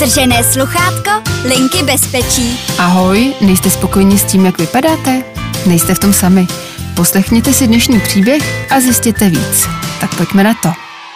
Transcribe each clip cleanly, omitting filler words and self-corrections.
Utržené sluchátko Linky bezpečí. Ahoj, nejste spokojeni s tím, jak vypadáte? Nejste v tom sami. Poslechněte si dnešní příběh a zjistěte víc. Tak pojďme na to.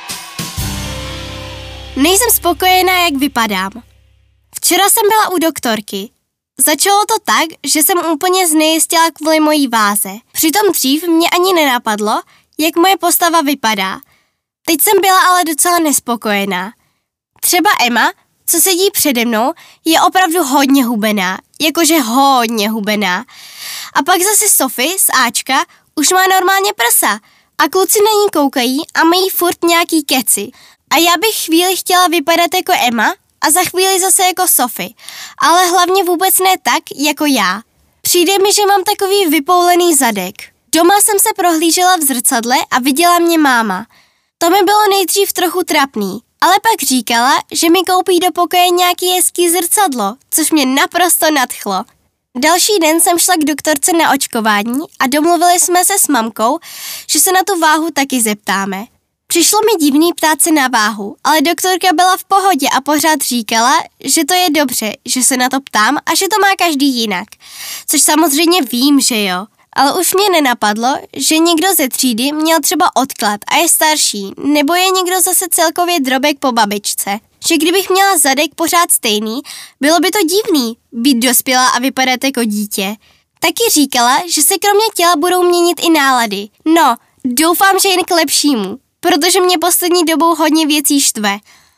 Nejsem spokojená, jak vypadám. Včera jsem byla u doktorky. Začalo to tak, že jsem úplně znejistila kvůli mojí váze. Přitom dřív mě ani nenapadlo, jak moje postava vypadá. Teď jsem byla ale docela nespokojená. Třeba Emma, co sedí přede mnou, je opravdu hodně hubená. Jakože hodně hubená. A pak zase Sophie z Ačka už má normálně prsa. A kluci na ní koukají a mají furt nějaký keci. A já bych chvíli chtěla vypadat jako Emma a za chvíli zase jako Sophie. Ale hlavně vůbec ne tak, jako já. Přijde mi, že mám takový vypoulený zadek. Doma jsem se prohlížela v zrcadle a viděla mě máma. To mi bylo nejdřív trochu trapný, ale pak říkala, že mi koupí do pokoje nějaký hezký zrcadlo, což mě naprosto nadchlo. Další den jsem šla k doktorce na očkování a domluvili jsme se s mamkou, že se na tu váhu taky zeptáme. Přišlo mi divný ptát se na váhu, ale doktorka byla v pohodě a pořád říkala, že to je dobře, že se na to ptám a že to má každý jinak. Což samozřejmě vím, že jo. Ale už mě nenapadlo, že někdo ze třídy měl třeba odklad a je starší, nebo je někdo zase celkově drobek po babičce. Že kdybych měla zadek pořád stejný, bylo by to divný být dospělá a vypadat jako dítě. Taky říkala, že se kromě těla budou měnit i nálady. No, doufám, že jen k lepšímu, protože mě poslední dobou hodně věcí štve.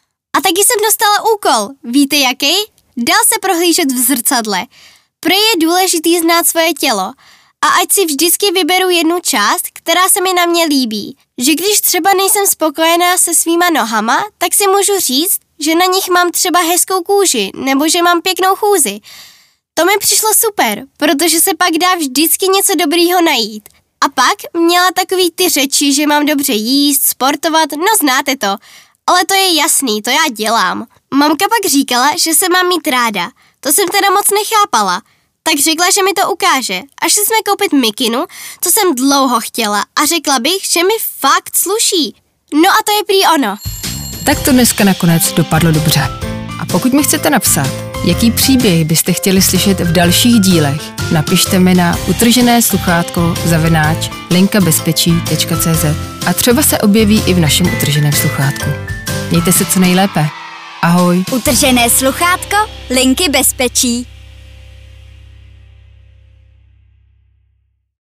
A taky jsem dostala úkol, víte jaký? Dal se prohlížet v zrcadle. Prej je důležitý znát svoje tělo. A ať si vždycky vyberu jednu část, která se mi na mě líbí. Že když třeba nejsem spokojená se svýma nohama, tak si můžu říct, že na nich mám třeba hezkou kůži, nebo že mám pěknou chůzi. To mi přišlo super, protože se pak dá vždycky něco dobrýho najít. A pak měla takový ty řeči, že mám dobře jíst, sportovat, no znáte to. Ale to je jasný, to já dělám. Mamka pak říkala, že se mám mít ráda. To jsem teda moc nechápala. Tak řekla, že mi to ukáže. Až jsme koupit mikinu, co jsem dlouho chtěla a řekla bych, že mi fakt sluší. No a to je prý ono. Tak to dneska nakonec dopadlo dobře. A pokud mi chcete napsat, jaký příběh byste chtěli slyšet v dalších dílech, napište mi na utržené_linkabezpečí.cz a třeba se objeví i v našem utrženém sluchátku. Mějte se co nejlépe. Ahoj. Utržené sluchátko Linky bezpečí.